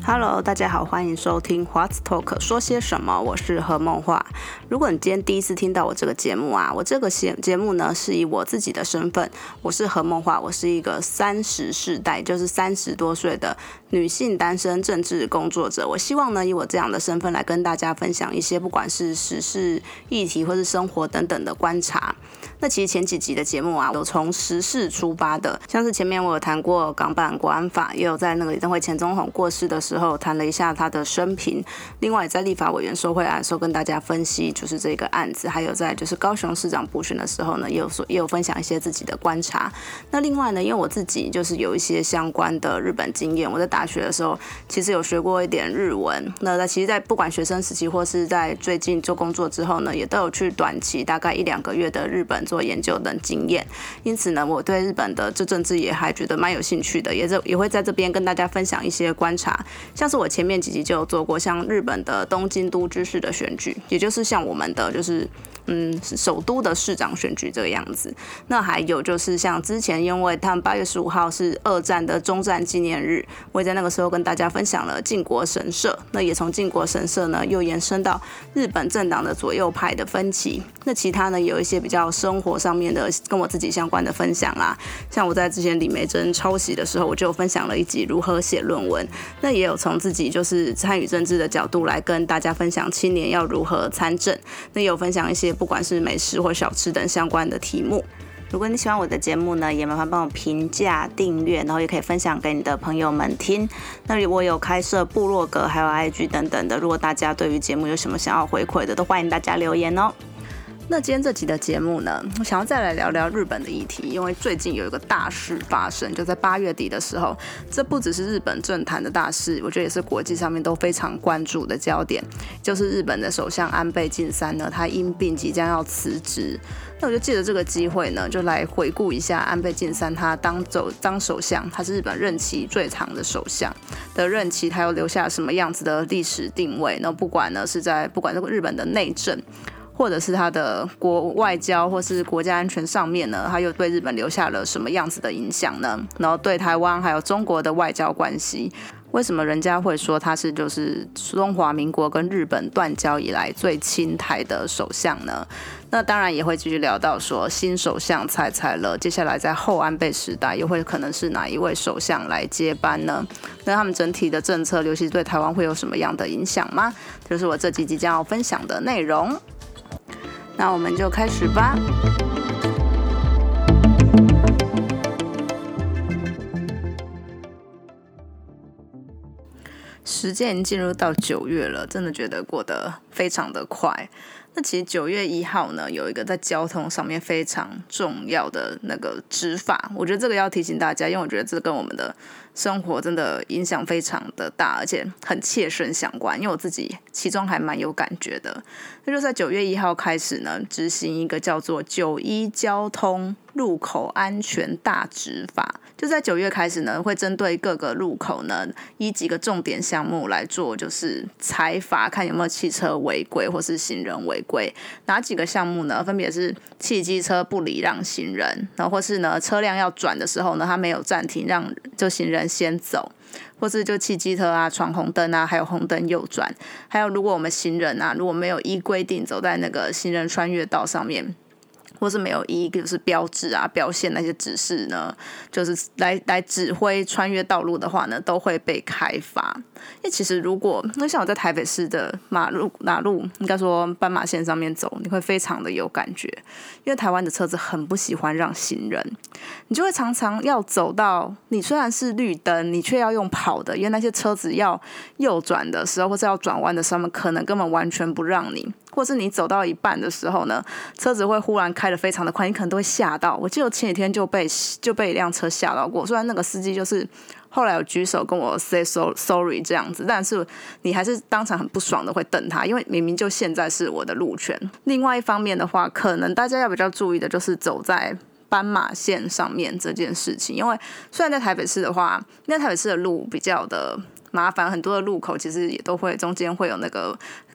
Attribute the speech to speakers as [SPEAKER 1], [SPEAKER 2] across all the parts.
[SPEAKER 1] Hello， 大家好，欢迎收听 What's Talk 说些什么，我是何梦画。如果你今天第一次听到我这个节目啊，我这个节目呢是以我自己的身份，我是何梦画，我是一个30世代，就是30多岁的女性单身政治工作者。我希望呢以我这样的身份来跟大家分享一些不管是时事议题或是生活等等的观察。那其实前几集的节目啊，有从时事出发的，像是前面我有谈过港版国安法，也有在那个李登辉前总统过世的时候谈了一下他的生平，另外在立法委员受贿案的时候跟大家分析就是这个案子，还有在就是高雄市长补选的时候呢，也有分享一些自己的观察。那另外呢，因为我自己就是有一些相关的日本经验，我在大学的时候其实有学过一点日文，那其实在不管学生时期或是在最近做工作之后呢，也都有去短期大概1-2个月的日本做研究等经验，因此呢，我对日本的政治也还觉得蛮有兴趣的，也会在这边跟大家分享一些观察，像是我前面几集就有做过像日本的东京都知事的选举，也就是像我们的就是首都的市长选举这个样子。那还有就是像之前因为他们8月15号是二战的终战纪念日，我也在那个时候跟大家分享了靖国神社，那也从靖国神社呢又延伸到日本政党的左右派的分歧。那其他呢有一些比较生活上面的跟我自己相关的分享啦，像我在之前李眉蓁抄袭的时候，我就分享了一集如何写论文，那也有从自己就是参与政治的角度来跟大家分享青年要如何参政，那也有分享一些不管是美食或小吃等相关的题目。如果你喜欢我的节目呢，也麻烦帮我评价、订阅，然后也可以分享给你的朋友们听。那里我有开设部落格还有 IG 等等的，如果大家对于节目有什么想要回馈的，都欢迎大家留言哦。那今天这集的节目呢，我想要再来聊聊日本的议题，因为最近有一个大事发生，就在8月底的时候，这不只是日本政坛的大事，我觉得也是国际上面都非常关注的焦点，就是日本的首相安倍晋三呢，他因病即将要辞职。那我就借着这个机会呢，就来回顾一下安倍晋三他当首相，他是日本任期最长的首相的任期，他又留下什么样子的历史定位？那不管这个日本的内政，或者是他的国外交或是国家安全上面呢，他又对日本留下了什么样子的影响呢？然后对台湾还有中国的外交关系，为什么人家会说他是就是中华民国跟日本断交以来最亲台的首相呢？那当然也会继续聊到说新首相蔡了，接下来在后安倍时代又会可能是哪一位首相来接班呢？那他们整体的政策，尤其是对台湾会有什么样的影响吗？就是我这集即将要分享的内容。那我们就开始吧。时间已经进入到9月了，真的觉得过得非常的快。那其实9月1号呢，有一个在交通上面非常重要的那个执法，我觉得这个要提醒大家，因为我觉得这跟我们的生活真的影响非常的大，而且很切身相关，因为我自己其中还蛮有感觉的。那就在9月1号开始呢，执行一个叫做9·1交通路口安全大执法，就在9月开始呢，会针对各个路口呢，以几个重点项目来做，就是裁罚，看有没有汽车违规或是行人违规。哪几个项目呢？分别是汽机车不礼让行人，然后或是呢车辆要转的时候呢，他没有暂停让就行人先走。或是就汽机车啊、闯红灯啊，还有红灯右转，还有如果我们行人啊，如果没有依规定走在那个行人穿越道上面，或是没有依就是标志啊、标线那些指示呢，就是来指挥穿越道路的话呢，都会被开罚。因为其实如果像我在台北市的马路应该说斑马线上面走，你会非常的有感觉，因为台湾的车子很不喜欢让行人，你就会常常要走到你虽然是绿灯，你却要用跑的，因为那些车子要右转的时候或是要转弯的时候，他们可能根本完全不让你，或是你走到一半的时候呢，车子会忽然开得非常的快，你可能都会吓到。我记得我前几天就被一辆车吓到过，虽然那个司机就是后来有举手跟我 say sorry 这样子，但是你还是当场很不爽的会瞪他，因为明明就现在是我的路权。另外一方面的话，可能大家要比较注意的就是走在斑马线上面这件事情，因为虽然在台北市的话，因为台北市的路比较的麻烦，很多的路口其实也都会中间会有那个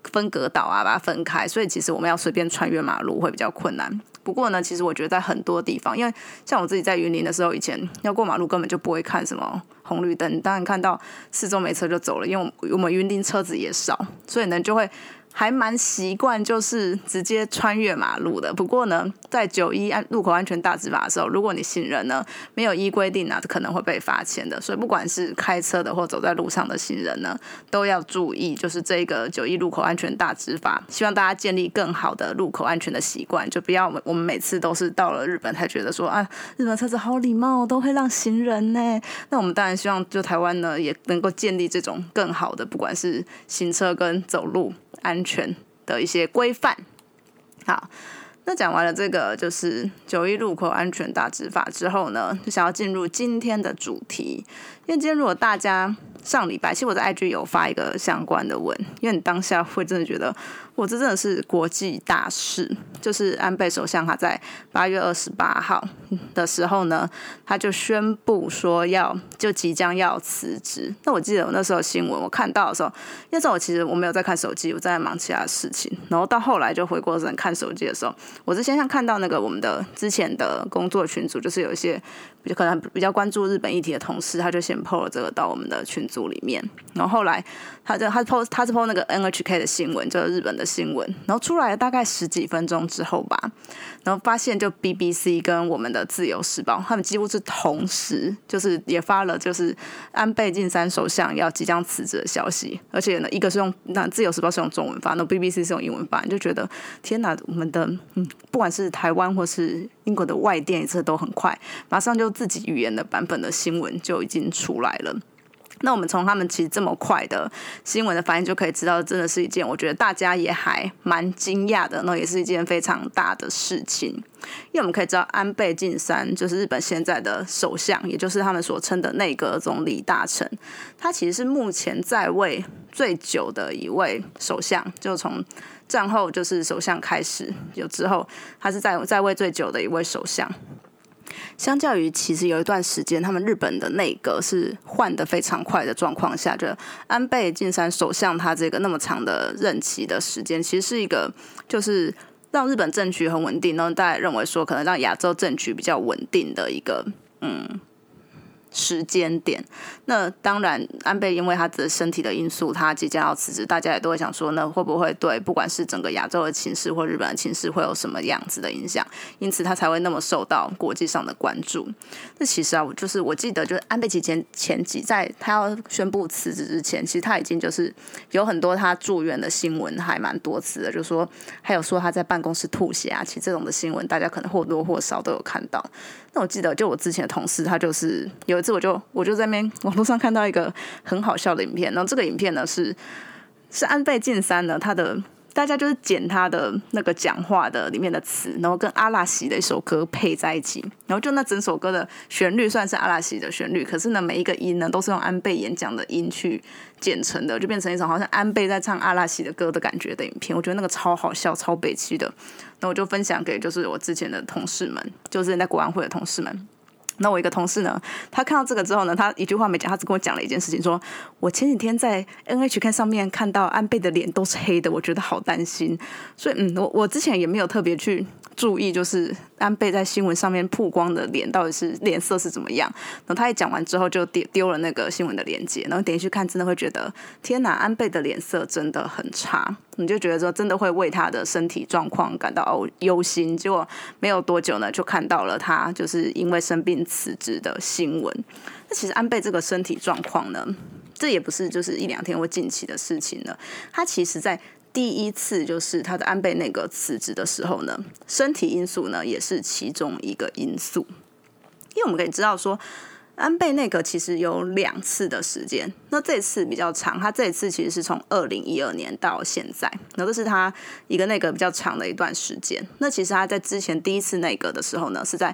[SPEAKER 1] 分隔岛啊，把它分开，所以其实我们要随便穿越马路会比较困难。不过呢，其实我觉得在很多地方，因为像我自己在云林的时候，以前要过马路根本就不会看什么红绿灯，当然看到四周没车就走了，因为我们云林车子也少，所以呢就会还蛮习惯就是直接穿越马路的。不过呢，在9·1路口安全大执法的时候，如果你行人呢没有依规定啊，可能会被罚钱的。所以不管是开车的或走在路上的行人呢，都要注意，就是这个9·1路口安全大执法。希望大家建立更好的路口安全的习惯，就不要我们每次都是到了日本才觉得说啊，日本车子好礼貌，都会让行人呢。那我们当然希望就台湾呢也能够建立这种更好的，不管是行车跟走路安全的一些规范。好，那讲完了这个就是9·1路口安全大执法之后呢，就想要进入今天的主题。因为今天如果大家上礼拜，其实我在 IG 有发一个相关的文，因为你当下会真的觉得，这真的是国际大事。就是安倍首相他在8月28号的时候呢，他就宣布说就即将要辞职。那我记得我那时候新闻我看到的时候，那时候其实我没有在看手机，我在忙其他的事情。然后到后来就回过神看手机的时候，我是先看到那个我们的之前的工作群组，就是有一些可能比较关注日本议题的同事，他就先 po 了这个到我们的群组里面。然后后来他是 po 那个 NHK 的新闻，就是日本的新闻。然后出来了大概10几分钟之后吧，然后发现就 BBC 跟我们的自由时报，他们几乎是同时，就是也发了就是安倍晋三首相要即将辞职的消息。而且呢，一个是自由时报是用中文发，那 BBC 是用英文发，你就觉得天哪，我们的不管是台湾或是英国的外电，这都很快，马上就自己语言的版本的新闻就已经出来了。那我们从他们其实这么快的新闻的反应就可以知道，真的是一件我觉得大家也还蛮惊讶的，那也是一件非常大的事情。因为我们可以知道安倍晋三就是日本现在的首相，也就是他们所称的内阁总理大臣，他其实是目前在位最久的一位首相，就从战后就是首相开始有之后，他是在位最久的一位首相。相较于其实有一段时间他们日本的内阁是换得非常快的状况下，就安倍晋三首相他这个那么长的任期的时间，其实是一个就是让日本政局很稳定，然后大家认为说可能让亚洲政局比较稳定的一个时间点。那当然安倍因为他的身体的因素他即将要辞职，大家也都会想说那会不会对不管是整个亚洲的情势或日本的情势会有什么样子的影响，因此他才会那么受到国际上的关注。那其实我记得就是安倍前几在他要宣布辞职之前，其实他已经就是有很多他住院的新闻还蛮多次的，就是说还有说他在办公室吐血啊，其实这种的新闻大家可能或多或少都有看到。那我记得就我之前的同事他就是有一次我就在那边网络上看到一个很好笑的影片，然后这个影片呢是安倍晋三呢他的大家就是剪他的那个讲话的里面的词，然后跟阿拉西的一首歌配在一起，然后就那整首歌的旋律算是阿拉西的旋律，可是呢每一个音呢都是用安倍演讲的音去剪成的，就变成一种好像安倍在唱阿拉西的歌的感觉的影片。我觉得那个超好笑超北七的，那我就分享给就是我之前的同事们，就是在国安会的同事们。那我一个同事呢，他看到这个之后呢，他一句话没讲，他只跟我讲了一件事情，说我前几天在 NHK 上面看到安倍的脸都是黑的，我觉得好担心。所以我之前也没有特别去注意，就是安倍在新闻上面曝光的脸到底是脸色是怎么样。然后他一讲完之后就丢了那个新闻的链接，然后点进去看，真的会觉得天哪，安倍的脸色真的很差。你就觉得说真的会为他的身体状况感到忧心，结果没有多久呢，就看到了他就是因为生病辞职的新闻。那其实安倍这个身体状况呢，这也不是就是一两天或近期的事情了。他其实在第一次就是他的安倍那个辞职的时候呢，身体因素呢也是其中一个因素。因为我们可以知道说安倍内阁其实有2次的时间，那这次比较长，他这一次其实是从2012年到现在，那这是他一个内阁比较长的一段时间。那其实他在之前第一次内阁的时候呢，是在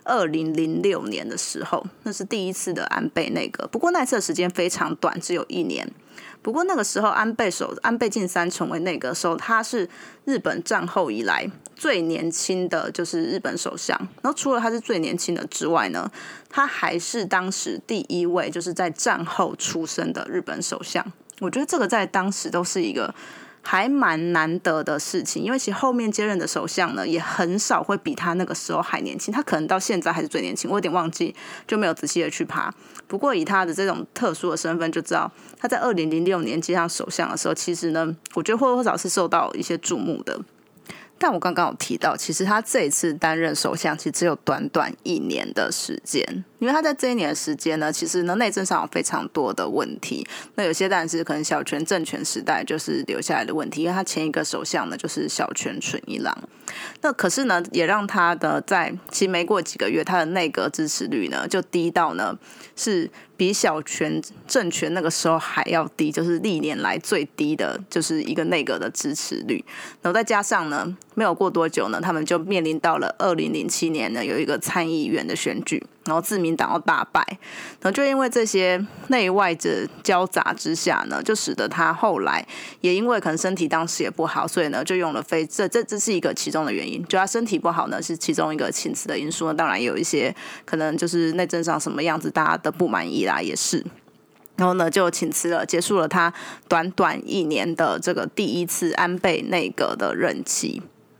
[SPEAKER 1] 2006年的时候，那是第一次的安倍内阁，不过那次的时间非常短，只有1年。不过那个时候安倍晋三成为内阁的时候，他是日本战后以来最年轻的就是日本首相，然后除了他是最年轻的之外呢，他还是当时第一位就是在战后出生的日本首相。我觉得这个在当时都是一个还蛮难得的事情，因为其实后面接任的首相呢，也很少会比他那个时候还年轻，他可能到现在还是最年轻，我有点忘记，就没有仔细的去爬。不过以他的这种特殊的身份，就知道他在2006年接上首相的时候，其实呢，我觉得或多或少是受到一些注目的。但我刚刚有提到，其实他这一次担任首相，其实只有短短1年的时间，因为他在这1年的时间呢，其实呢内政上有非常多的问题。那有些当然是可能小泉政权时代就是留下来的问题，因为他前一个首相呢就是小泉纯一郎。那可是呢，也让他的其实没过几个月，他的内阁支持率呢就低到呢是比小泉政权那个时候还要低，就是历年来最低的，就是一个内阁的支持率。然后再加上呢，没有过多久呢，他们就面临到了2007年呢有一个参议员的选举，然后自民党要大败，然后就因为这些内外的交杂之下呢，就使得他后来也因为可能身体当时也不好，所以呢就用了这是一个其中的原因，就他身体不好呢是其中一个请辞的因素，当然也有一些可能就是内政上什么样子大家的不满意啦，也是。然后呢，就请辞了，结束了他短短1年的这个第一次安倍内阁的任期。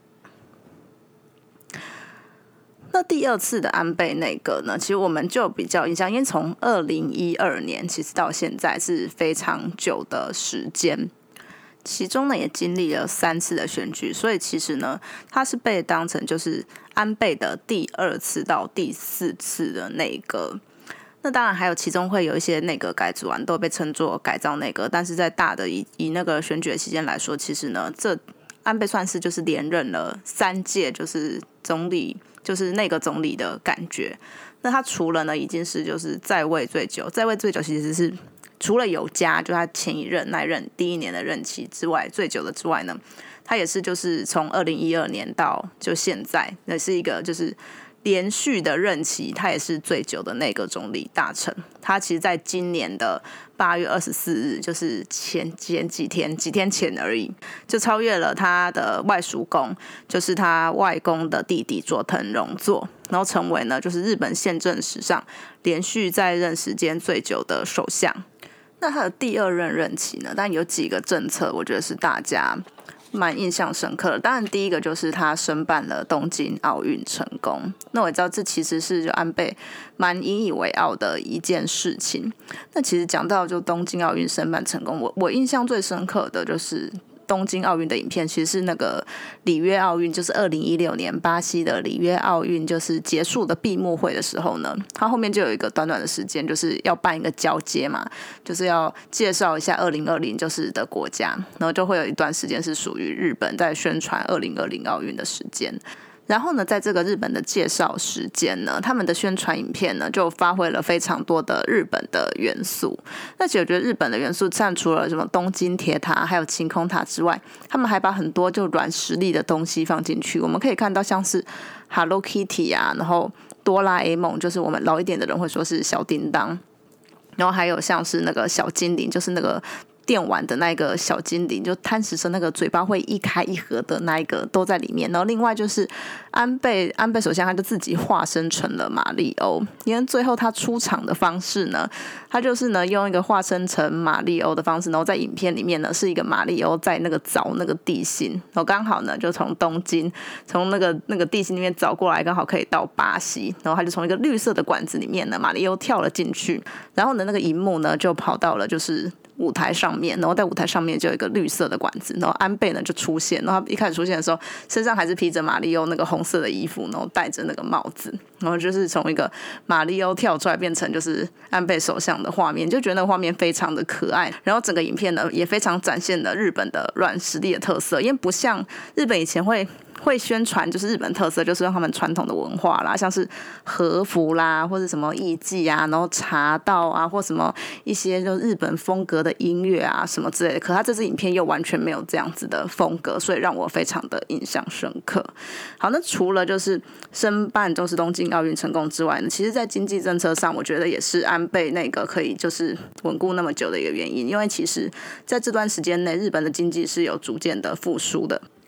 [SPEAKER 1] 那第二次的安倍内阁呢，其实我们就比较印象，因为从2012年其实到现在是非常久的时间，其中呢也经历了3次的选举，所以其实呢，它是被当成就是安倍的第2次到第4次的内阁。那当然还有其中会有一些内阁改组案都被称作改造内阁，但是在大的以那个选举的期间来说，其实呢，这安倍算是就是连任了3届就是总理，就是内阁总理的感觉。那他除了呢已经是就是在位最久其实是除了有加就他前一任那一任第1年的任期之外最久的之外呢，他也是就是从2012年到就现在，那是一个就是连续的任期，他也是最久的内阁总理大臣。他其实在今年的8月24日，就是前几天前而已，就超越了他的外叔公，就是他外公的弟弟佐藤荣作，然后成为呢就是日本宪政史上连续在任时间最久的首相。那他的第2任任期呢，但有几个政策我觉得是大家蛮印象深刻的。当然第一个就是他申办了东京奥运成功，那我知道这其实是就安倍蛮引以为傲的一件事情。那其实讲到就东京奥运申办成功，我印象最深刻的就是东京奥运的影片，其实是那个里约奥运，就是2016年巴西的里约奥运就是结束的闭幕会的时候呢，它后面就有一个短短的时间，就是要办一个交接嘛，就是要介绍一下2020就是的国家，然后就会有一段时间是属于日本在宣传2020奥运的时间。然后呢，在这个日本的介绍时间呢，他们的宣传影片呢就发挥了非常多的日本的元素。那其实我觉得日本的元素，除了什么东京铁塔还有晴空塔之外，他们还把很多就软实力的东西放进去。我们可以看到像是 Hello Kitty 啊，然后哆啦 A 梦，就是我们老一点的人会说是小叮当，然后还有像是那个小精灵，就是那个电玩的那个小精灵，就贪食蛇那个嘴巴会一开一合的那一个都在里面。然后另外就是安倍首相他就自己化身成了马里欧，因为最后他出场的方式呢，他就是呢用一个化身成马里欧的方式，然后在影片里面呢是一个马里欧在那个找那个地形，然后刚好呢就从东京从那个地形里面找过来，刚好可以到巴西，然后他就从一个绿色的管子里面呢，马里欧跳了进去，然后呢那个荧幕呢就跑到了就是舞台上面，然后在舞台上面就有一个绿色的管子，然后安倍呢就出现，然后他一开始出现的时候身上还是披着马里欧那个红色的衣服，然后戴着那个帽子，然后就是从一个马里欧跳出来变成就是安倍首相的画面，就觉得那个画面非常的可爱。然后整个影片呢也非常展现了日本的软实力的特色，因为不像日本以前会宣传就是日本特色，就是用他们传统的文化啦，像是和服啦，或者什么艺伎啊，然后茶道啊，或什么一些就日本风格的音乐啊什么之类的。可他这支影片又完全没有这样子的风格，所以让我非常的印象深刻。好，那除了就是申办就是东京奥运成功之外呢，其实在经济政策上，我觉得也是安倍那个可以就是稳固那么久的一个原因，因为其实在这段时间内，日本的经济是有逐渐的复苏的。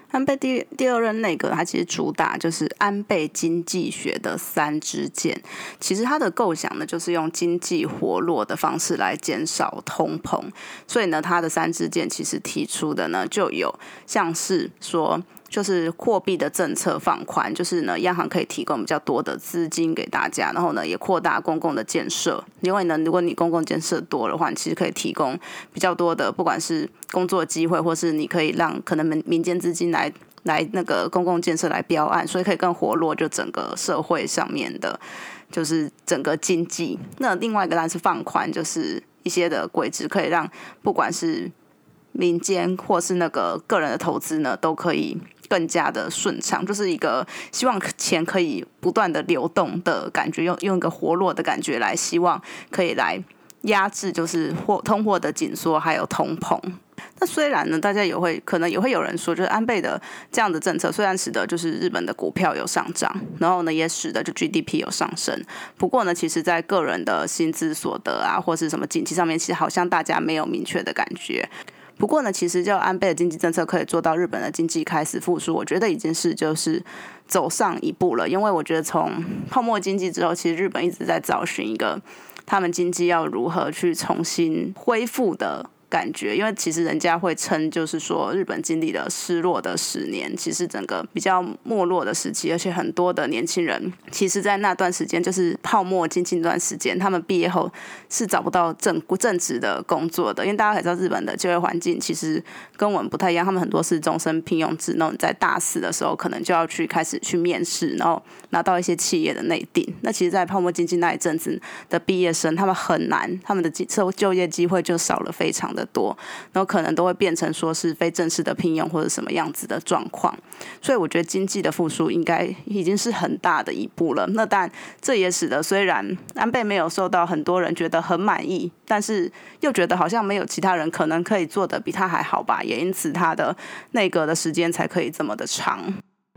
[SPEAKER 1] 安倍第二任内阁，它其实主打就是安倍经济学的3支箭。其实它的构想呢，就是用经济活络的方式来减少通膨。所以呢，它的3支箭其实提出的呢，就有像是说，就是货币的政策放宽，就是呢，央行可以提供比较多的资金给大家，然后呢，也扩大公共的建设。因为呢，如果你公共建设多的话，你其实可以提供比较多的，不管是工作机会，或是你可以让可能民间资金来那个公共建设来标案，所以可以更活络就整个社会上面的，就是整个经济。那另外一个当然是放宽，就是一些的规制，可以让不管是民间或是那个个人的投资呢，都可以更加的顺畅，就是一个希望钱可以不断的流动的感觉，用一个活络的感觉来，希望可以来压制就是通货的紧缩还有通膨。那虽然呢，大家可能也会有人说，就是安倍的这样的政策虽然使得就是日本的股票有上涨，然后呢也使得就 GDP 有上升，不过呢，其实在个人的薪资所得啊，或是什么经济上面，其实好像大家没有明确的感觉。不过呢，其实就安倍的经济政策可以做到日本的经济开始复苏，我觉得已经是就是走上一步了。因为我觉得从泡沫经济之后，其实日本一直在找寻一个他们经济要如何去重新恢复的感觉。因为其实人家会称就是说日本经历了失落的10年，其实整个比较没落的时期，而且很多的年轻人其实在那段时间就是泡沫经济那段时间，他们毕业后是找不到正职的工作的。因为大家也知道日本的就业环境其实跟我们不太一样，他们很多是终身聘用制，那种在大4的时候可能就要开始去面试，然后拿到一些企业的内定。那其实在泡沫经济那一阵子的毕业生，他们很难，他们的就业机会就少了非常的多，然后可能都会变成说是非正式的聘用或者什么样子的状况。所以我觉得经济的复苏应该已经是很大的一步了。那当然这也使得虽然安倍没有受到很多人觉得很满意，但是又觉得好像没有其他人可能可以做的比他还好吧，也因此他的内阁的时间才可以这么的长。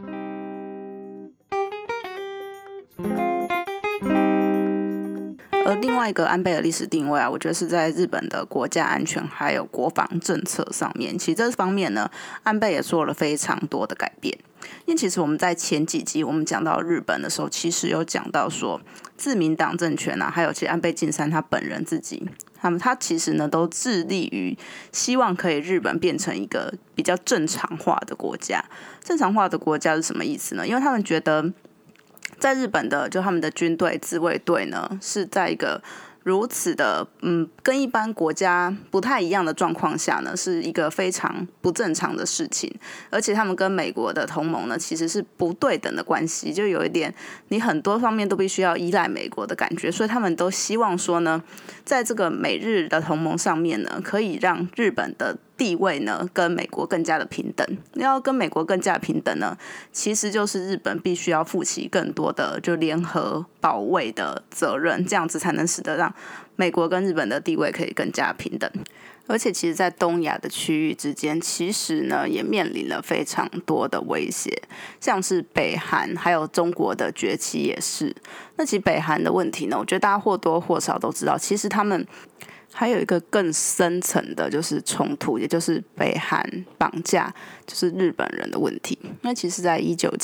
[SPEAKER 1] 而另外一个安倍的历史定位啊，我觉得是在日本的国家安全还有国防政策上面。其实这方面呢，安倍也做了非常多的改变。因为其实我们在前几集我们讲到日本的时候，其实有讲到说自民党政权啊，还有其实安倍晋三他本人自己，他其实呢都致力于希望可以日本变成一个比较正常化的国家。正常化的国家是什么意思呢？因为他们觉得在日本的就他们的军队自卫队呢是在一个如此的跟一般国家不太一样的状况下呢，是一个非常不正常的事情。而且他们跟美国的同盟呢其实是不对等的关系，就有一点你很多方面都必须要依赖美国的感觉。所以他们都希望说呢，在这个美日的同盟上面呢，可以让日本的地位呢跟美国更加的平等。要跟美国更加平等呢，其实就是日本必须要负起更多的就联合保卫的责任，这样子才能使得让美国跟日本的地位可以更加平等。而且其实在东亚的区域之间，其实呢也面临了非常多的威胁，像是北韩还有中国的崛起也是。那其实北韩的问题呢，我觉得大家或多或少都知道，其实他们还有一个更深层的就是冲突，也就是北韩绑架就是日本人的问题。那其实在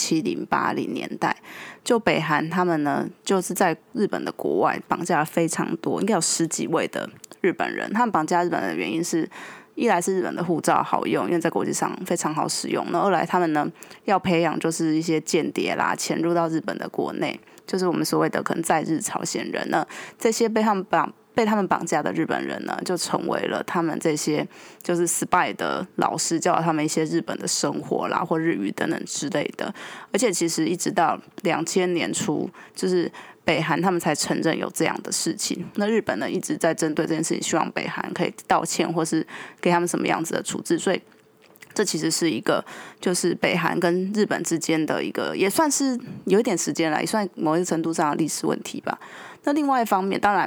[SPEAKER 1] 1970、80年代，就北韩他们呢就是在日本的国外绑架了非常多，应该有10几位的日本人。他们绑架日本人的原因是，一来是日本的护照好用，因为在国际上非常好使用，那二来他们呢要培养就是一些间谍啦，潜入到日本的国内，就是我们所谓的可能在日朝鲜人呢，这些被他们绑架的日本人呢，就成为了他们这些就是 spy 的老师，教他们一些日本的生活啦，或日语等等之类的。而且其实一直到2000年初，就是北韩他们才承认有这样的事情。那日本呢一直在针对这件事情，希望北韩可以道歉，或是给他们什么样子的处置。所以这其实是一个就是北韩跟日本之间的一个，也算是有一点时间了，也算某一个程度上的历史问题吧。那另外一方面，当然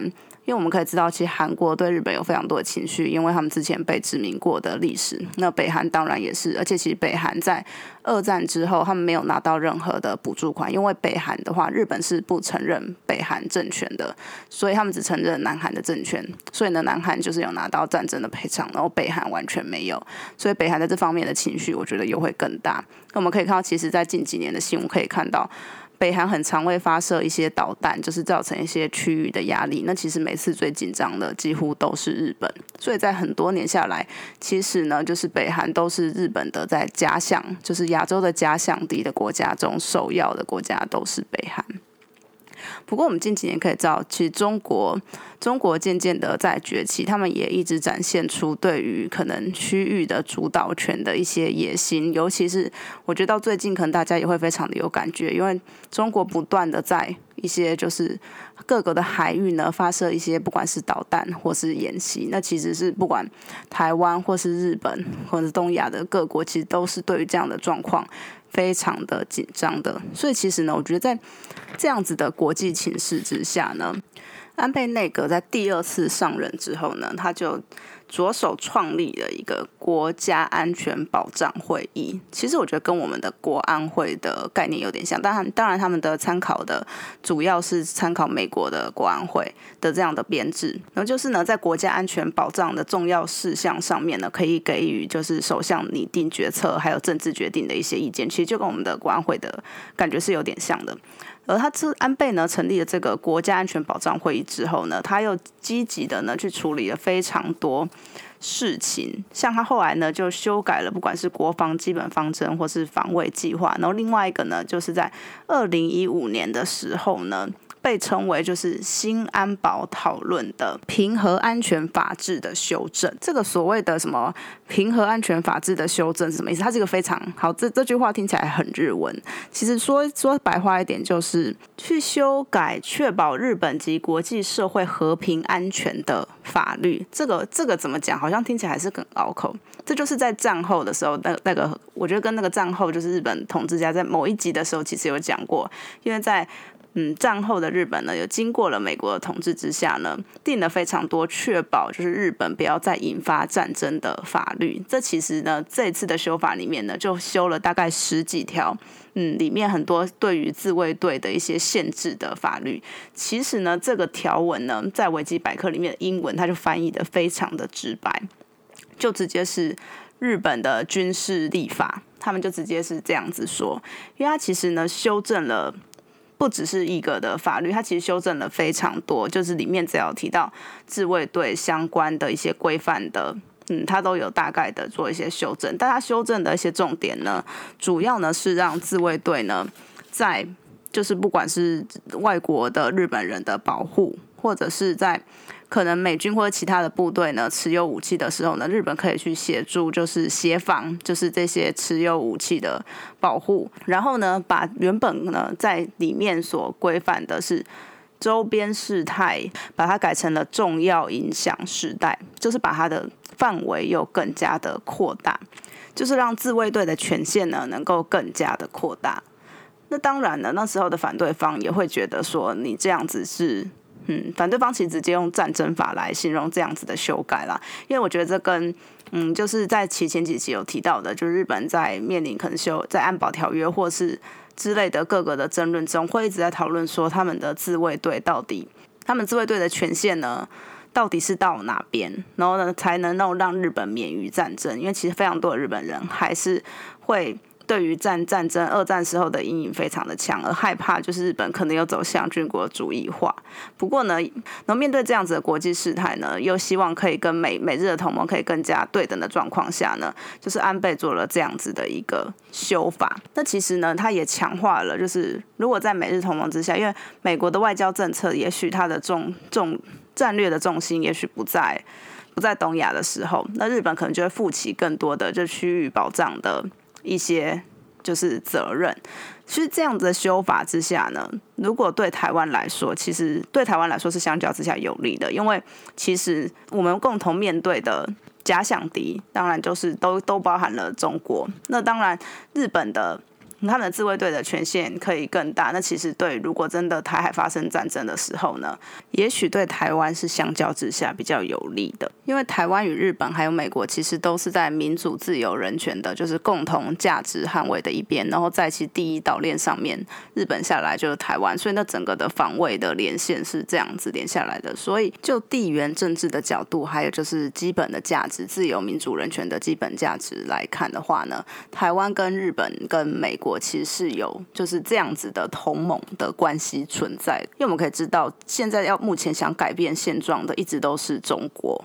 [SPEAKER 1] 因为我们可以知道，其实韩国对日本有非常多的情绪，因为他们之前被殖民过的历史。那北韩当然也是，而且其实北韩在二战之后，他们没有拿到任何的补助款，因为北韩的话，日本是不承认北韩政权的，所以他们只承认南韩的政权。所以呢，南韩就是有拿到战争的赔偿，然后北韩完全没有，所以北韩在这方面的情绪，我觉得又会更大。那我们可以看到，其实在近几年的新闻可以看到，北韩很常会发射一些导弹，就是造成一些区域的压力。那其实每次最紧张的几乎都是日本，所以在很多年下来，其实呢，就是北韩都是日本的在假想，就是亚洲的假想敌的国家中首要的国家都是北韩。不过我们近几年可以知道，其实中国渐渐的在崛起，他们也一直展现出对于可能区域的主导权的一些野心，尤其是我觉得到最近可能大家也会非常的有感觉，因为中国不断的在一些就是各个的海域呢发射一些不管是导弹或是演习，那其实是不管台湾或是日本或是东亚的各国，其实都是对于这样的状况非常的紧张的。所以其实呢，我觉得在这样子的国际情势之下呢，安倍内阁在第二次上任之后呢，他就着手创立了一个国家安全保障会议。其实我觉得跟我们的国安会的概念有点像，当然他们的参考的主要是参考美国的国安会的这样的编制。然后就是呢，在国家安全保障的重要事项上面呢，可以给予就是首相拟定决策还有政治决定的一些意见，其实就跟我们的国安会的感觉是有点像的。而安倍呢成立了这个国家安全保障会议之后呢，他又积极的呢去处理了非常多事情，像他后来呢就修改了不管是国防基本方针或是防卫计划，然后另外一个呢就是在2015年的时候呢，被称为就是新安保讨论的平和安全法制的修正。这个所谓的什么平和安全法制的修正是什么意思？它是一个非常好，这句话听起来很日文，其实说白话一点就是去修改确保日本及国际社会和平安全的法律。这个怎么讲？好像听起来还是很拗口。这就是在战后的时候，那个我觉得跟那个战后就是日本统治家在某一集的时候其实有讲过，因为在战后的日本呢，有经过了美国的统治之下呢，定了非常多确保就是日本不要再引发战争的法律。这其实呢，这一次的修法里面呢，就修了大概10几条，里面很多对于自卫队的一些限制的法律。其实呢，这个条文呢，在维基百科里面的英文，它就翻译的非常的直白，就直接是日本的军事立法，他们就直接是这样子说，因为它其实呢修正了。不只是一个的法律，它其实修正了非常多，就是里面只要提到自卫队相关的一些规范的，它都有大概的做一些修正。但它修正的一些重点呢，主要呢是让自卫队呢，在就是不管是外国的日本人的保护，或者是在可能美军或者其他的部队呢持有武器的时候呢，日本可以去协助，就是协防，就是这些持有武器的保护。然后呢，把原本呢在里面所规范的是周边事态，把它改成了重要影响事态，就是把它的范围又更加的扩大，就是让自卫队的权限呢能够更加的扩大。那当然了，那时候的反对方也会觉得说，你这样子是。反对方其实直接用战争法来形容这样子的修改啦，因为我觉得这跟就是在前几期有提到的，就是日本在面临可能在安保条约或是之类的各个的争论中，会一直在讨论说他们的自卫队的权限呢到底是到哪边，然后呢才能够让日本免于战争，因为其实非常多的日本人还是会。对于战争二战时候的阴影非常的强，而害怕就是日本可能又走向军国主义化。不过呢，然后面对这样子的国际事态呢，又希望可以跟美日的同盟可以更加对等的状况下呢，就是安倍做了这样子的一个修法。那其实呢，他也强化了，就是如果在美日同盟之下，因为美国的外交政策也许它的战略的重心也许不在东亚的时候，那日本可能就会负起更多的就区域保障的一些就是责任。其实这样子的修法之下呢，如果对台湾来说，其实对台湾来说是相较之下有利的，因为其实我们共同面对的假想敌当然就是都包含了中国。那当然日本的他们的自卫队的权限可以更大，那其实对如果真的台海发生战争的时候呢，也许对台湾是相较之下比较有利的，因为台湾与日本还有美国其实都是在民主自由人权的就是共同价值捍卫的一边，然后在其第一岛链上面日本下来就是台湾，所以那整个的防卫的连线是这样子连下来的。所以就地缘政治的角度，还有就是基本的价值自由民主人权的基本价值来看的话呢，台湾跟日本跟美国其实是有就是这样子的同盟的关系存在，因为我们可以知道现在目前想改变现状的一直都是中国。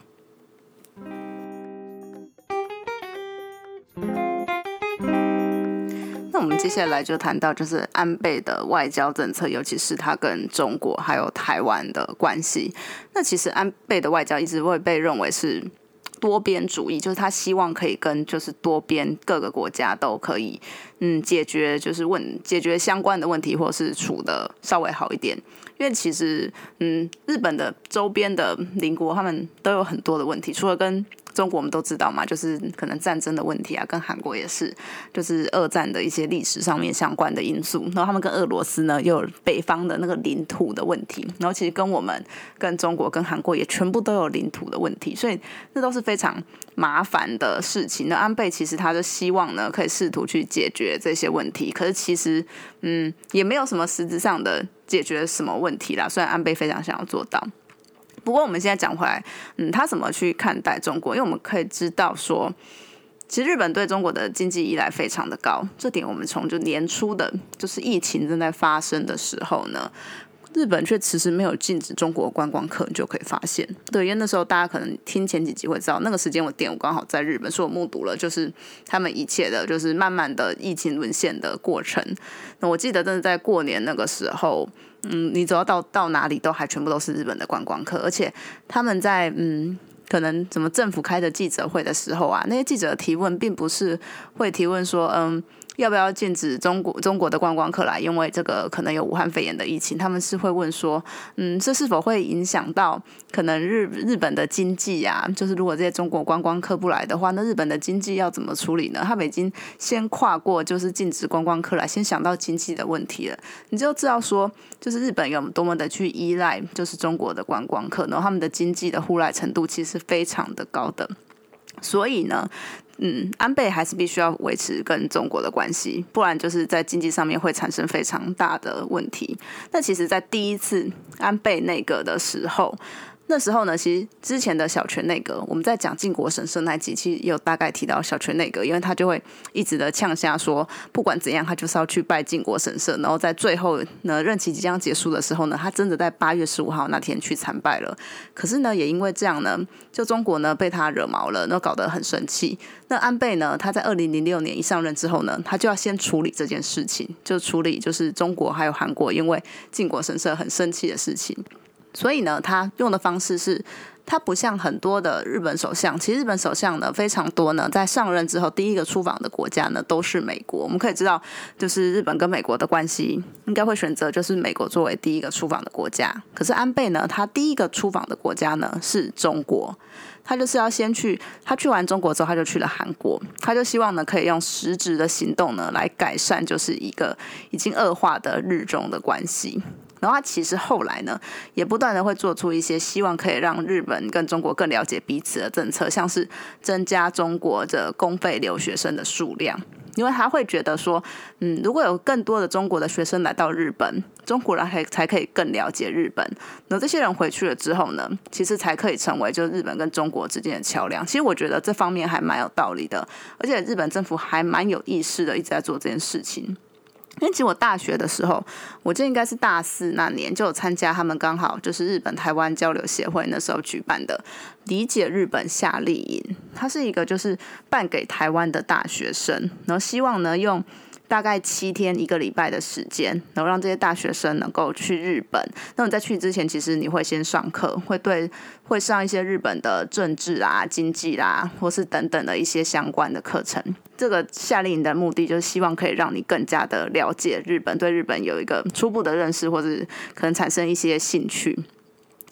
[SPEAKER 1] 那我们接下来就谈到就是安倍的外交政策，尤其是他跟中国还有台湾的关系。那其实安倍的外交一直会被认为是多边主义，就是他希望可以跟就是多边各个国家都可以解决就是解决相关的问题，或是处的稍微好一点。因为其实日本的周边的邻国他们都有很多的问题，除了跟中国我们都知道嘛，就是可能战争的问题啊，跟韩国也是，就是二战的一些历史上面相关的因素。然后他们跟俄罗斯呢，又有北方的那个领土的问题，然后其实跟我们、跟中国、跟韩国也全部都有领土的问题，所以那都是非常麻烦的事情。那安倍其实他就希望呢，可以试图去解决这些问题，可是其实也没有什么实质上的解决什么问题啦。虽然安倍非常想要做到。不过我们现在讲回来，他怎么去看待中国？因为我们可以知道说，其实日本对中国的经济依赖非常的高，这点我们从就年初的，就是疫情正在发生的时候呢，日本却迟迟没有禁止中国观光客，你就可以发现。对，因为那时候大家可能听前几集会知道，那个时间我刚好在日本，所以我目睹了就是他们一切的，就是慢慢的疫情沦陷的过程。那我记得真的在过年那个时候。你走到哪里都还全部都是日本的观光客，而且他们在可能什么政府开的记者会的时候啊，那些记者的提问并不是会提问说要不要禁止中国的观光客来，因为这个可能有武汉肺炎的疫情，他们是会问说这是否会影响到可能日本的经济啊，就是如果这些中国观光客不来的话，那日本的经济要怎么处理呢？他们已经先跨过就是禁止观光客来，先想到经济的问题了。你就知道说就是日本有多么的去依赖就是中国的观光客，然后他们的经济的呼赖程度其实非常的高的。所以呢安倍还是必须要维持跟中国的关系，不然就是在经济上面会产生非常大的问题。那其实在第一次安倍内阁的时候，那时候呢，其实之前的小泉内阁，我们在讲靖国神社那集，其实也有大概提到小泉内阁，因为他就会一直的呛下说，不管怎样，他就是要去拜靖国神社。然后在最后呢，任期即将结束的时候呢，他真的在8月15号那天去参拜了。可是呢，也因为这样呢，就中国呢被他惹毛了，然后搞得很生气。那安倍呢，他在2006年一上任之后呢，他就要先处理这件事情，就处理就是中国还有韩国因为靖国神社很生气的事情。所以呢，他用的方式是，他不像很多的日本首相，其实日本首相呢非常多呢，在上任之后第一个出访的国家呢都是美国。我们可以知道，就是日本跟美国的关系应该会选择就是美国作为第一个出访的国家。可是安倍呢，他第一个出访的国家呢是中国。他就是要先去，他去完中国之后，他就去了韩国，他就希望呢可以用实质的行动呢来改善就是一个已经恶化的日中的关系。然后他其实后来呢，也不断的会做出一些希望可以让日本跟中国更了解彼此的政策，像是增加中国的公费留学生的数量。因为他会觉得说，如果有更多的中国的学生来到日本，中国人才可以更了解日本。那这些人回去了之后呢，其实才可以成为就是日本跟中国之间的桥梁。其实我觉得这方面还蛮有道理的，而且日本政府还蛮有意识的，一直在做这件事情。因为其实我大学的时候，我记得应该是大4那年，就有参加他们刚好就是日本台湾交流协会那时候举办的理解日本夏令营。它是一个就是办给台湾的大学生，然后希望呢用大概7天1个礼拜的时间，然后让这些大学生能够去日本。那你在去之前，其实你会先上课，会上一些日本的政治啊、经济啦，或是等等的一些相关的课程。这个夏令营的目的就是希望可以让你更加的了解日本，对日本有一个初步的认识，或者可能产生一些兴趣。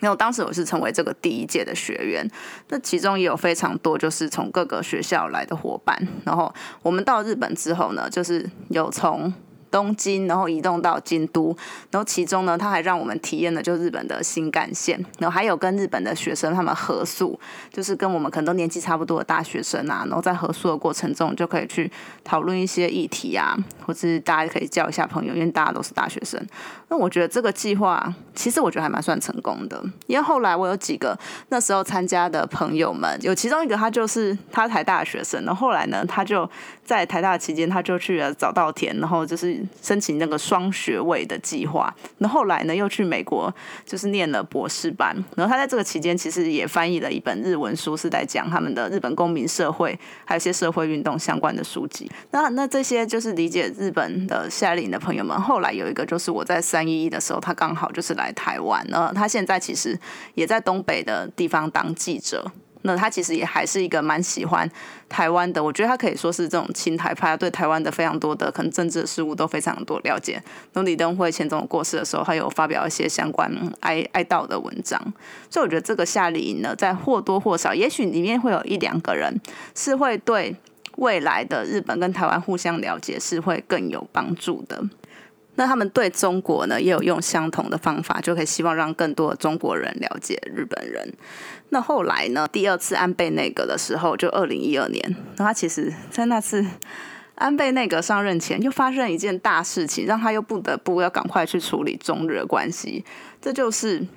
[SPEAKER 1] 然后当时我是成为这个第一届的学员，那其中也有非常多就是从各个学校来的伙伴。然后我们到日本之后呢，就是有从东京，然后移动到京都，然后其中呢，他还让我们体验的就是日本的新干线，然后还有跟日本的学生他们合宿，就是跟我们可能都年纪差不多的大学生啊，然后在合宿的过程中就可以去讨论一些议题啊，或是大家可以交一下朋友，因为大家都是大学生。那我觉得这个计划其实我觉得还蛮算成功的，因为后来我有几个那时候参加的朋友们，有其中一个他台大的学生，然后后来呢，他就在台大的期间他就去了早稻田，然后就是申请那个双学位的计划，然后后来呢又去美国就是念了博士班，然后他在这个期间其实也翻译了一本日文书，是在讲他们的日本公民社会还有一些社会运动相关的书籍。那这些就是理解日本的夏令营的朋友们，后来有一个就是我在311的时候，他刚好就是来台湾，他现在其实也在东北的地方当记者。那他其实也还是一个蛮喜欢台湾的，我觉得他可以说是这种亲台派，对台湾的非常多的可能政治的事务都非常多了解。那李登辉前总统过世的时候，他有发表一些相关哀悼的文章，所以我觉得这个夏令营呢，在或多或少，也许里面会有1-2个人是会对未来的日本跟台湾互相了解是会更有帮助的。那他们对中国呢也有用相同的方法，就可以希望让更多的中国人了解日本人。那后来呢，第2次安倍内阁的时候，就2012年，那他其实在那次安倍内阁上任前又发生一件大事情，让他又不得不要赶快去处理中日的关系。这就是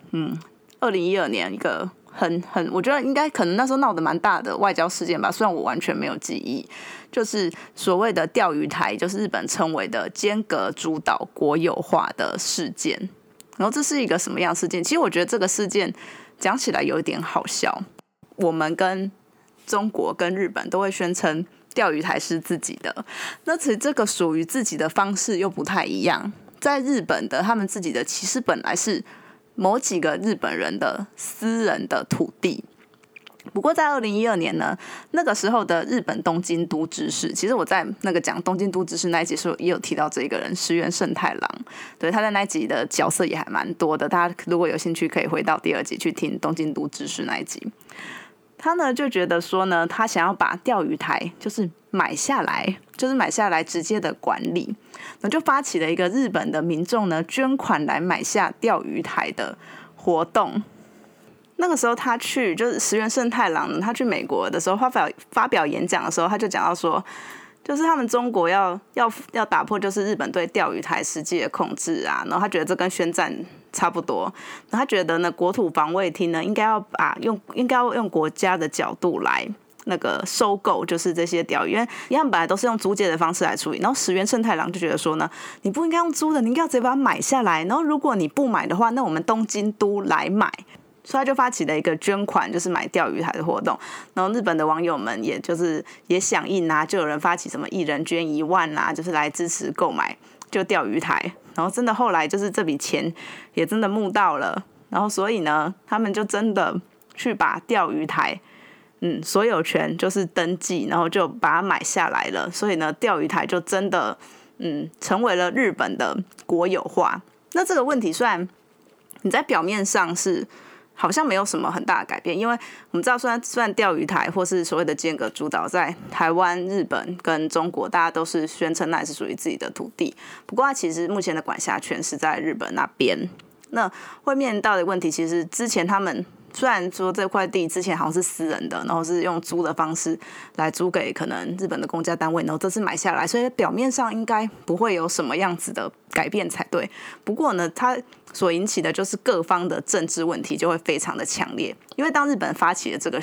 [SPEAKER 1] 2012年一个我觉得应该可能那时候闹得蛮大的外交事件吧，虽然我完全没有记忆，就是所谓的钓鱼台，就是日本称为的间隔诸岛国有化的事件。然后这是一个什么样的事件？其实我觉得这个事件讲起来有一点好笑，我们跟中国跟日本都会宣称钓鱼台是自己的，那其实这个属于自己的方式又不太一样。在日本的他们自己的其实本来是某几个日本人的私人的土地，不过在2012年呢，那个时候的日本东京都知事，其实我在那个讲东京都知事那一集时候也有提到这个人石原慎太郎，对，他在那一集的角色也还蛮多的，大家如果有兴趣可以回到第2集去听东京都知事那一集。他呢就觉得说呢，他想要把钓鱼台就是买下来，直接的管理，那就发起了一个日本的民众呢捐款来买下钓鱼台的活动。那个时候他去就是石原慎太郎，他去美国的时候发表演讲的时候，他就讲到说，就是他们中国要打破就是日本对钓鱼台实际的控制啊，然后他觉得这跟宣战差不多，然后他觉得呢，国土防卫厅呢应该要用国家的角度来那个收购，就是这些钓鱼，因为他们本来都是用租借的方式来处理。然后石原慎太郎就觉得说呢，你不应该用租的，你应该要直接把它买下来。然后如果你不买的话，那我们东京都来买。所以他就发起了一个捐款，就是买钓鱼台的活动。然后日本的网友们也响应啊，就有人发起什么1人捐1万啊，就是来支持购买就钓鱼台。然后真的后来就是这笔钱也真的募到了，然后所以呢，他们就真的去把钓鱼台所有权就是登记，然后就把它买下来了。所以呢，钓鱼台就真的成为了日本的国有化。那这个问题虽然你在表面上是好像没有什么很大的改变，因为我们知道虽然钓鱼台或是所谓的间隔诸岛在台湾、日本跟中国大家都是宣称那也是属于自己的土地，不过它其实目前的管辖权是在日本那边。那会面临到的问题，其实之前他们虽然说这块地之前好像是私人的，然后是用租的方式来租给可能日本的公家单位，然后这次买下来，所以表面上应该不会有什么样子的改变才对。不过呢，它所引起的就是各方的政治问题就会非常的强烈，因为当日本发起了这个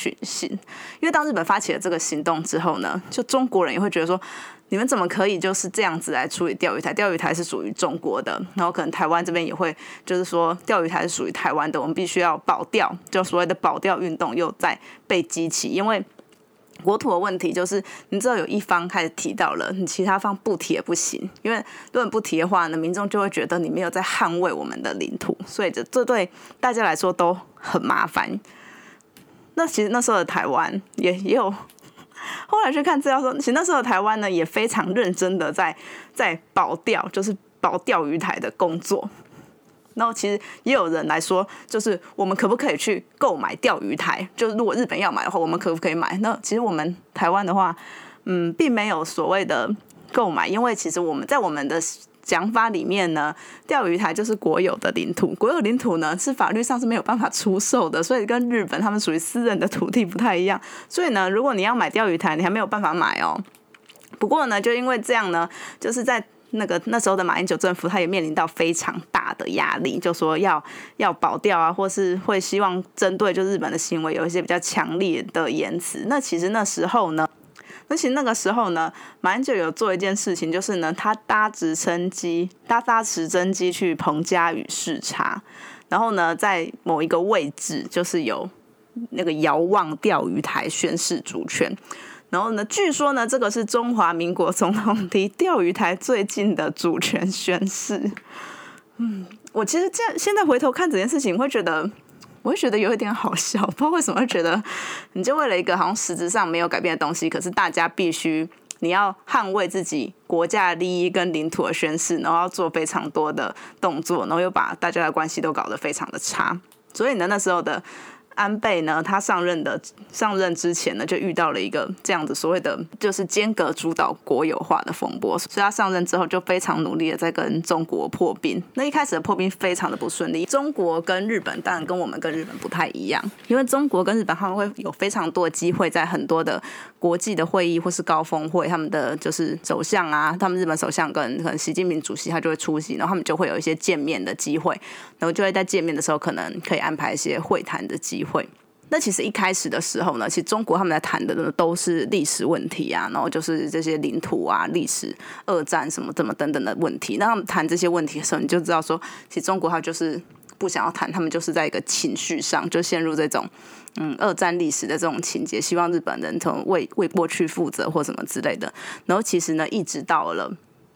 [SPEAKER 1] 行动之后呢，就中国人也会觉得说，你们怎么可以就是这样子来处理钓鱼台？钓鱼台是属于中国的，然后可能台湾这边也会就是说钓鱼台是属于台湾的，我们必须要保钓，就所谓的保钓运动又在被激起，因为国土的问题就是你知道有一方开始提到了，你其他方不提也不行，因为如果你不提的话呢，民众就会觉得你没有在捍卫我们的领土，所以这对大家来说都很麻烦。那其实那时候的台湾也有后来去看资料说，其实那时候的台湾呢也非常认真的在保钓，就是保钓鱼台的工作。 然后其实也有人来说，就是我们可不可以去购买钓鱼台？就是如果日本要买的话，我们可不可以买？那其实我们台湾的话，并没有所谓的购买，因为其实我们在我们的讲法里面呢，钓鱼台就是国有的领土，国有领土呢是法律上是没有办法出售的，所以跟日本他们属于私人的土地不太一样。所以呢，如果你要买钓鱼台，你还没有办法买哦。不过呢，就因为这样呢，就是在那时候的马英九政府，他也面临到非常大的压力，就说要保钓啊，或是会希望针对就日本的行为有一些比较强烈的言辞。那其实那个时候呢，马英九有做一件事情，就是呢，他搭直升机去澎嘉屿视察，然后呢，在某一个位置就是有那个遥望钓鱼台宣示主权。然后呢，据说呢，这个是中华民国总统离钓鱼台最近的主权宣示。我其实现在回头看这件事情，我会觉得有一点好笑，不知道为什么会觉得，你就为了一个好像实质上没有改变的东西，可是大家必须你要捍卫自己国家的利益跟领土的宣示，然后要做非常多的动作，然后又把大家的关系都搞得非常的差。所以呢，那时候的安倍呢，他上任之前呢，就遇到了一个这样子所谓的就是间隔主导国有化的风波，所以他上任之后就非常努力的在跟中国破冰。那一开始的破冰非常的不顺利，中国跟日本当然跟我们跟日本不太一样，因为中国跟日本他们会有非常多的机会在很多的国际的会议或是高峰会，他们的就是首相啊，他们日本首相跟可能习近平主席他就会出席，然后他们就会有一些见面的机会，然后就会在见面的时候可能可以安排一些会谈的机会。那其实一开始的时候呢，其实中国他们在谈的呢都是历史问题啊，然后就是这些领土啊、历史、二战什么等等的问题。那他们谈这些问题的时候，你就知道说，其实中国他就是不想要谈，他们就是在一个情绪上就陷入这种二战历史的这种情节，希望日本人从为过去负责或什么之类的。然后其实呢，一直到了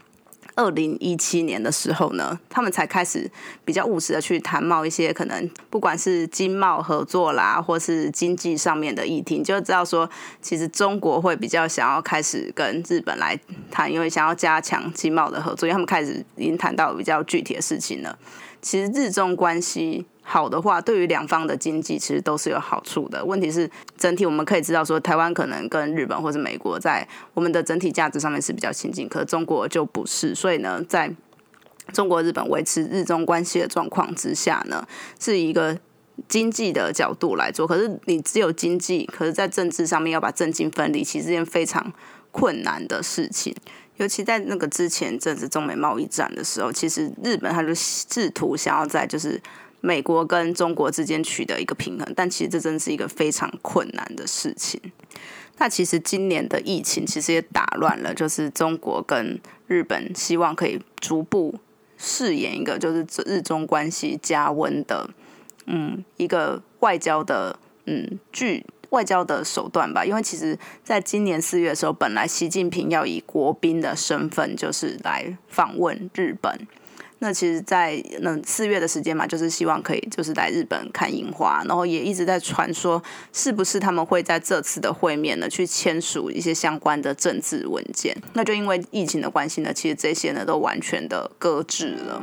[SPEAKER 1] 2017年的时候呢，他们才开始比较务实的去谈贸一些可能不管是经贸合作啦，或是经济上面的议题，你就知道说，其实中国会比较想要开始跟日本来谈，因为想要加强经贸的合作，因为他们开始已经谈到比较具体的事情了。其实日中关系好的话，对于两方的经济其实都是有好处的。问题是整体我们可以知道说，台湾可能跟日本或是美国在我们的整体价值上面是比较亲近，可是中国就不是。所以呢，在中国日本维持日中关系的状况之下呢，是一个经济的角度来做。可是你只有经济，可是在政治上面要把政经分离，其实是件非常困难的事情。尤其在那个之前正是中美贸易战的时候，其实日本他就试图想要在就是美国跟中国之间取得一个平衡，但其实这真是一个非常困难的事情。那其实今年的疫情其实也打乱了，就是中国跟日本希望可以逐步饰演一个就是日中关系加温的一个外交的外交的手段吧。因为其实在今年4月的时候，本来习近平要以国宾的身份就是来访问日本，那其实在4月的时间嘛，就是希望可以就是来日本看樱花，然后也一直在传说是不是他们会在这次的会面呢去签署一些相关的政治文件。那就因为疫情的关系呢，其实这些呢都完全的搁置了。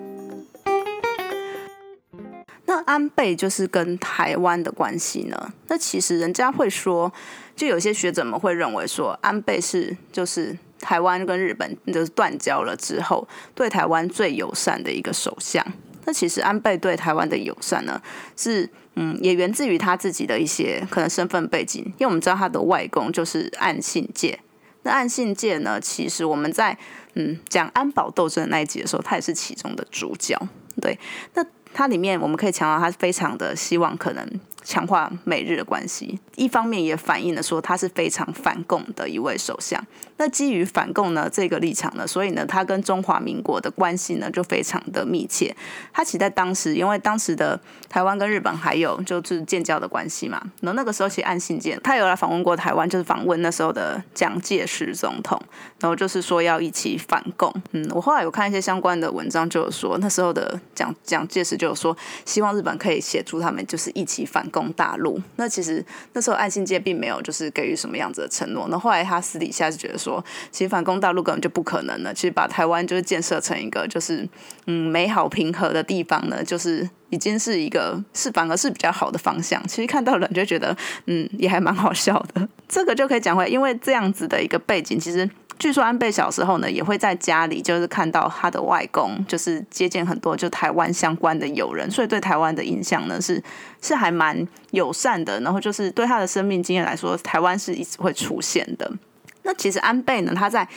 [SPEAKER 1] 那安倍就是跟台湾的关系呢，那其实人家会说，就有些学者们会认为说，安倍是就是台湾跟日本就是断交了之后对台湾最友善的一个首相。那其实安倍对台湾的友善呢，是也源自于他自己的一些可能身份背景，因为我们知道他的外公就是岸信介。那岸信介呢，其实我们在讲安保斗争的那一集的时候，他也是其中的主角。对，那它里面我们可以强调，他非常的希望可能强化美日的关系，一方面也反映了说他是非常反共的一位首相。那基于反共呢这个立场呢，所以呢他跟中华民国的关系呢就非常的密切。他其实在当时，因为当时的台湾跟日本还有就是建交的关系嘛，然后那个时候其实岸信介他有来访问过台湾，就是访问那时候的蒋介石总统，然后就是说要一起反共。我后来有看一些相关的文章，就有说那时候的蒋介石就有说希望日本可以协助他们就是一起反攻大陆。那其实那时候岸信介并没有就是给予什么样子的承诺，那后来他私底下就觉得说，其实反攻大陆根本就不可能了，其实把台湾就是建设成一个就是美好平和的地方呢，就是已经是一个反而是比较好的方向。其实看到人就觉得也还蛮好笑的。这个就可以讲回来，因为这样子的一个背景，其实据说安倍小时候呢也会在家里就是看到他的外公就是接见很多就台湾相关的友人，所以对台湾的印象呢是还蛮友善的，然后就是对他的生命经验来说，台湾是一直会出现的。那其实安倍呢，他在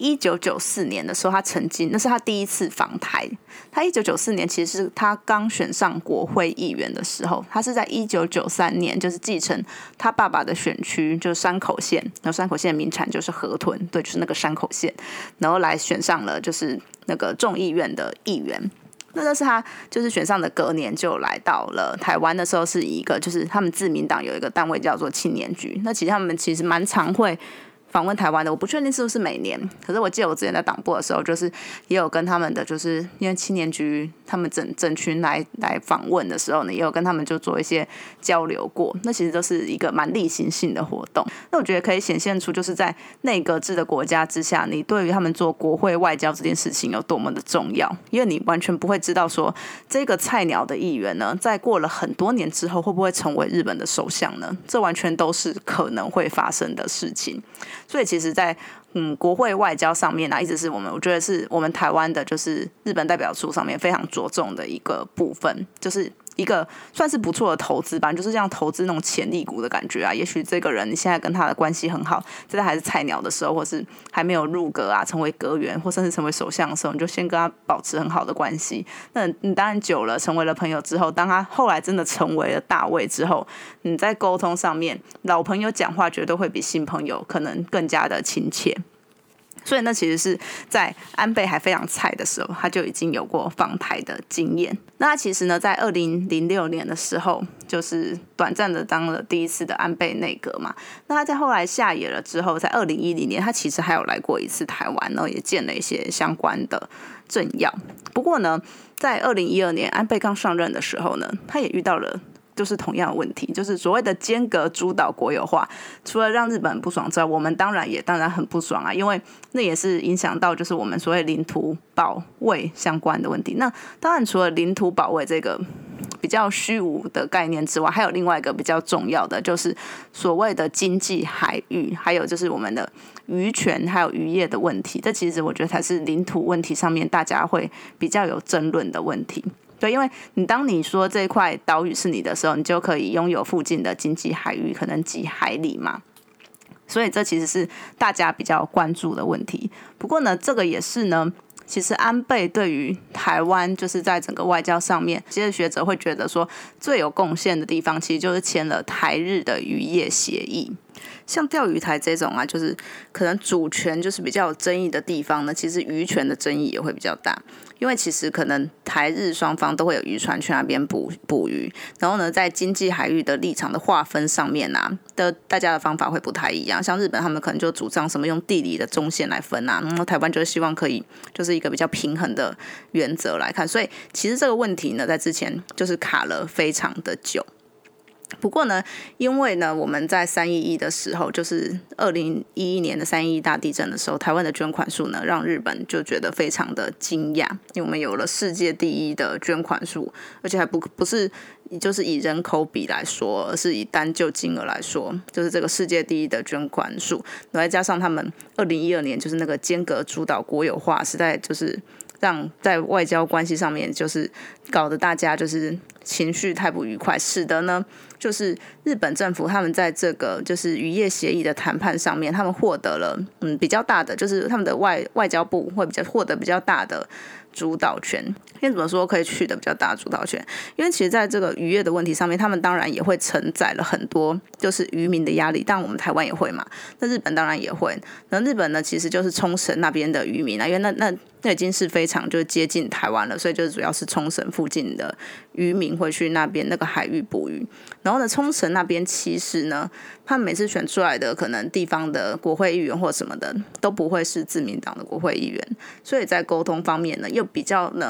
[SPEAKER 1] 1994年的时候，那是他第一次访台。他1994年其实是他刚选上国会议员的时候，他是在1993年就是继承他爸爸的选区，就是山口县，然后山口县的名产就是河豚，对，就是那个山口县，然后来选上了就是那个众议院的议员。那是他就是选上的隔年就来到了台湾的时候，是一个就是他们自民党有一个单位叫做青年局。那其实他们其实蛮常会访问台湾的，我不确定是不是每年，可是我记得我之前在党部的时候，就是也有跟他们的，就是因为青年局他们整群来访问的时候呢，也有跟他们就做一些交流过。那其实都是一个蛮例行性的活动。那我觉得可以显现出，就是在内阁制的国家之下，你对于他们做国会外交这件事情有多么的重要，因为你完全不会知道说这个菜鸟的议员呢，在过了很多年之后会不会成为日本的首相呢？这完全都是可能会发生的事情。所以其实在国会外交上面一直是我觉得是我们台湾的就是日本代表处上面非常着重的一个部分，就是一个算是不错的投资吧，就是这样投资那种潜力股的感觉啊。也许这个人你现在跟他的关系很好，在他还是菜鸟的时候，或是还没有入阁成为阁员，或甚至成为首相的时候，你就先跟他保持很好的关系。那你当然久了成为了朋友之后，当他后来真的成为了大位之后，你在沟通上面，老朋友讲话绝对会比新朋友可能更加的亲切。所以那其实是在安倍还非常菜的时候，他就已经有过访台的经验。那他其实呢，在2006年的时候，就是短暂的当了第一次的安倍内阁嘛。那他在后来下野了之后，在2010年，他其实还有来过一次台湾，然后也见了一些相关的政要。不过呢，在2012年安倍刚上任的时候呢，他也遇到了就是同样的问题，就是所谓的间隔诸岛国有化，除了让日本很不爽之外，我们当然很不爽啊，因为那也是影响到就是我们所谓领土保卫相关的问题。那当然除了领土保卫这个比较虚无的概念之外，还有另外一个比较重要的，就是所谓的经济海域，还有就是我们的渔权还有渔业的问题。这其实我觉得才是领土问题上面大家会比较有争论的问题。对，因为当你说这块岛屿是你的时候，你就可以拥有附近的经济海域，可能几海里嘛。所以这其实是大家比较关注的问题。不过呢，这个也是呢，其实安倍对于台湾就是在整个外交上面，其实学者会觉得说最有贡献的地方，其实就是签了台日的渔业协议。像钓鱼台这种就是可能主权就是比较有争议的地方呢，其实渔权的争议也会比较大。因为其实可能台日双方都会有渔船去那边捕鱼，然后呢，在经济海域的立场的划分上面大家的方法会不太一样。像日本他们可能就主张什么用地理的中线来分然后台湾就是希望可以就是一个比较平衡的原则来看。所以其实这个问题呢，在之前就是卡了非常的久。不过呢，因为呢，我们在311的时候，就是2011年的311大地震的时候，台湾的捐款数呢，让日本就觉得非常的惊讶，因为我们有了世界第一的捐款数，而且还不是就是以人口比来说，而是以单就金额来说，就是这个世界第一的捐款数，然后再加上他们2012年就是那个间隔诸岛国有化，实在就是让在外交关系上面就是搞得大家就是情绪太不愉快，使得呢就是日本政府他们在这个就是渔业协议的谈判上面，他们获得了比较大的，就是他们的外交部会获得比较大的主导权。因为怎么说可以取得比较大的主导权？因为其实在这个渔业的问题上面，他们当然也会承载了很多就是渔民的压力，当然我们台湾也会嘛，那日本当然也会。那日本呢，其实就是冲绳那边的渔民因为那已经是非常就是接近台湾了，所以就主要是冲绳附近的渔民会去那边那个海域捕鱼。然后呢，冲绳那边其实呢，他们每次选出来的可能地方的国会议员或什么的，都不会是自民党的国会议员，所以在沟通方面呢，又比较呢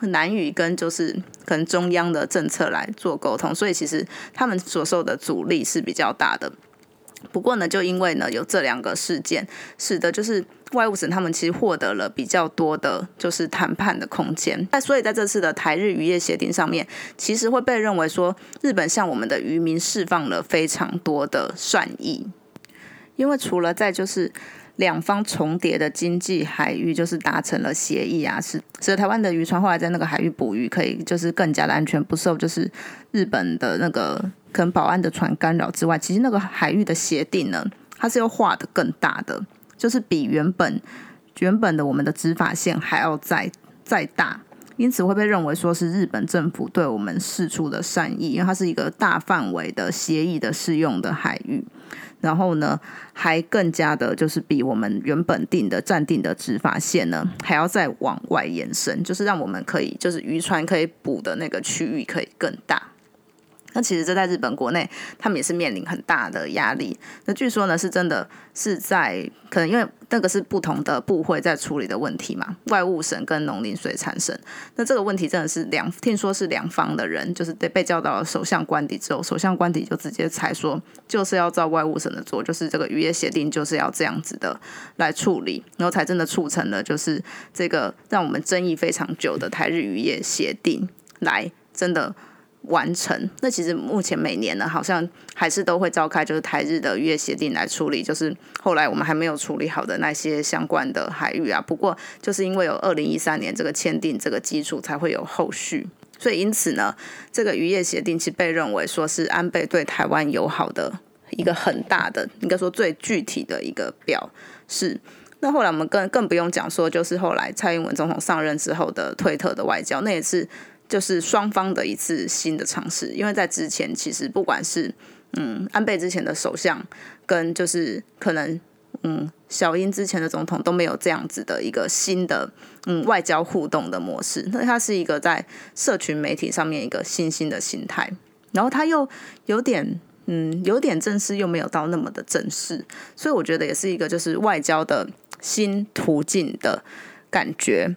[SPEAKER 1] 难以跟就是可能中央的政策来做沟通，所以其实他们所受的阻力是比较大的。不过呢，就因为呢有这2个事件，使得就是外务省他们其实获得了比较多的就是谈判的空间。所以在这次的台日渔业协定上面，其实会被认为说日本向我们的渔民释放了非常多的善意，因为除了在就是2方重叠的经济海域就是达成了协议啊，使得台湾的渔船后来在那个海域捕鱼可以就是更加的安全，不受就是日本的那个可能保安的船干扰之外，其实那个海域的协定呢，它是要画得更大的，就是比原本的我们的执法线还要再大，因此会被认为说是日本政府对我们释出的善意，因为它是一个大范围的协议的适用的海域，然后呢还更加的就是比我们原本暂定的执法线呢还要再往外延伸，就是让我们可以就是渔船可以捕的那个区域可以更大。那其实这在日本国内他们也是面临很大的压力，那据说呢是真的是在可能因为那个是不同的部会在处理的问题嘛，外务省跟农林水产省，那这个问题真的是听说是2方的人就是被叫到了首相官邸之后，首相官邸就直接裁说就是要照外务省的做，就是这个渔业协定就是要这样子的来处理，然后才真的促成了就是这个让我们争议非常久的台日渔业协定来真的完成。那其实目前每年呢好像还是都会召开就是台日的渔业协定来处理，就是后来我们还没有处理好的那些相关的海域啊，不过就是因为有2013年这个签订这个基础才会有后续，所以因此呢这个渔业协定其实被认为说是安倍对台湾友好的一个很大的应该说最具体的一个表示。那后来我们更不用讲说就是后来蔡英文总统上任之后的推特的外交，那也是就是双方的一次新的尝试，因为在之前其实不管是安倍之前的首相跟就是可能小英之前的总统都没有这样子的一个新的外交互动的模式，那它是一个在社群媒体上面一个新兴的形态，然后它又有点正式又没有到那么的正式，所以我觉得也是一个就是外交的新途径的感觉。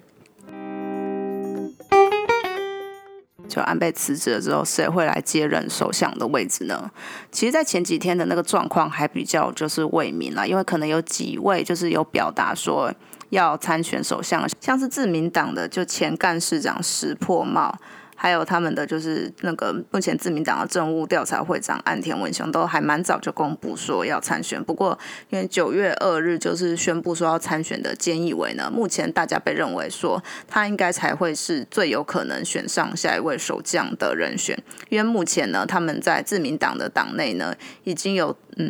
[SPEAKER 1] 就安倍辞职了之后，谁会来接任首相的位置呢？其实在前几天的那个状况还比较就是未明啦，因为可能有几位就是有表达说要参选首相，像是自民党的就前干事长石破茂，还有他们的就是那个目前自民党的政务调查会长岸田文雄都还蛮早就公布说要参选，不过因为9月2日就是宣布说要参选的菅义伟呢，目前大家被认为说他应该才会是最有可能选上下一位首相的人选，因为目前呢他们在自民党的党内呢已经有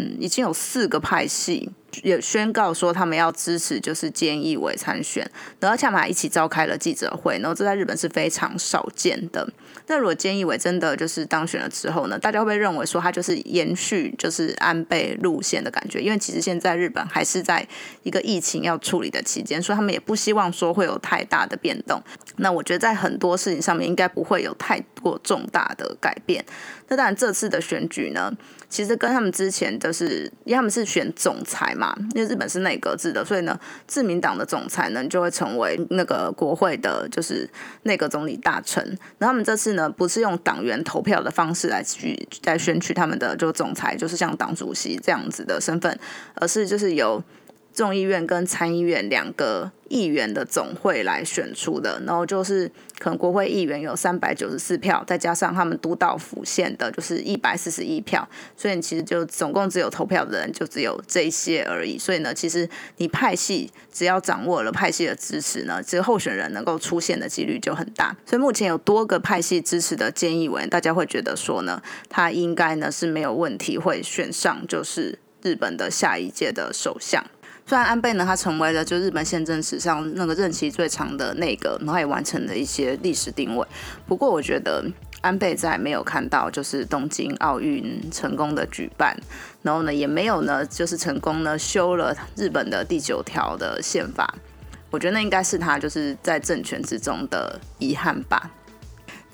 [SPEAKER 1] 4个派系也宣告说他们要支持就是菅义伟参选，然后他们还一起召开了记者会，然后这在日本是非常少见的。那如果菅义伟真的就是当选了之后呢，大家会不会认为说他就是延续就是安倍路线的感觉？因为其实现在日本还是在一个疫情要处理的期间，所以他们也不希望说会有太大的变动。那我觉得在很多事情上面应该不会有太多重大的改变。那当然这次的选举呢，其实跟他们之前就是因为他们是选总裁嘛，因为日本是内阁制的，所以呢自民党的总裁呢就会成为那个国会的就是内阁总理大臣，然后他们这次呢不是用党员投票的方式来选取他们的就总裁，就是像党主席这样子的身份，而是就是由众议院跟参议院2个议员的总会来选出的，然后就是可能国会议员有394票，再加上他们都道府县的就是141票，所以其实就总共只有投票的人就只有这些而已。所以呢，其实你派系只要掌握了派系的支持呢，这个候选人能够出现的几率就很大。所以目前有多个派系支持的菅义伟，大家会觉得说呢，他应该呢是没有问题会选上就是日本的下一届的首相。虽然安倍呢，他成为了就日本宪政史上那个任期最长的内阁，然后也完成了一些历史定位。不过我觉得安倍在没有看到就是东京奥运成功的举办，然后呢也没有呢就是成功呢修了日本的第9条的宪法，我觉得那应该是他就是在政权之中的遗憾吧。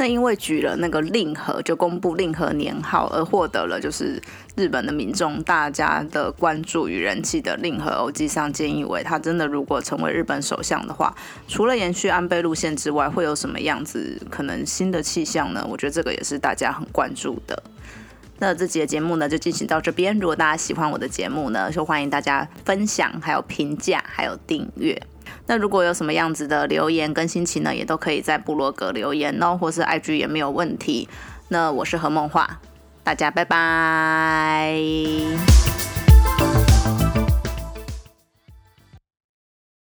[SPEAKER 1] 那因为举了那个令和，就公布令和年号，而获得了就是日本的民众大家的关注与人气的令和欧吉桑菅义伟，他真的如果成为日本首相的话，除了延续安倍路线之外，会有什么样子可能新的气象呢？我觉得这个也是大家很关注的。那这集的节目呢就进行到这边，如果大家喜欢我的节目呢，就欢迎大家分享还有评价还有订阅。那如果有什么样子的留言跟心情呢，也都可以在部落格留言哦，或是 IG 也没有问题。那我是何梦画，大家拜拜。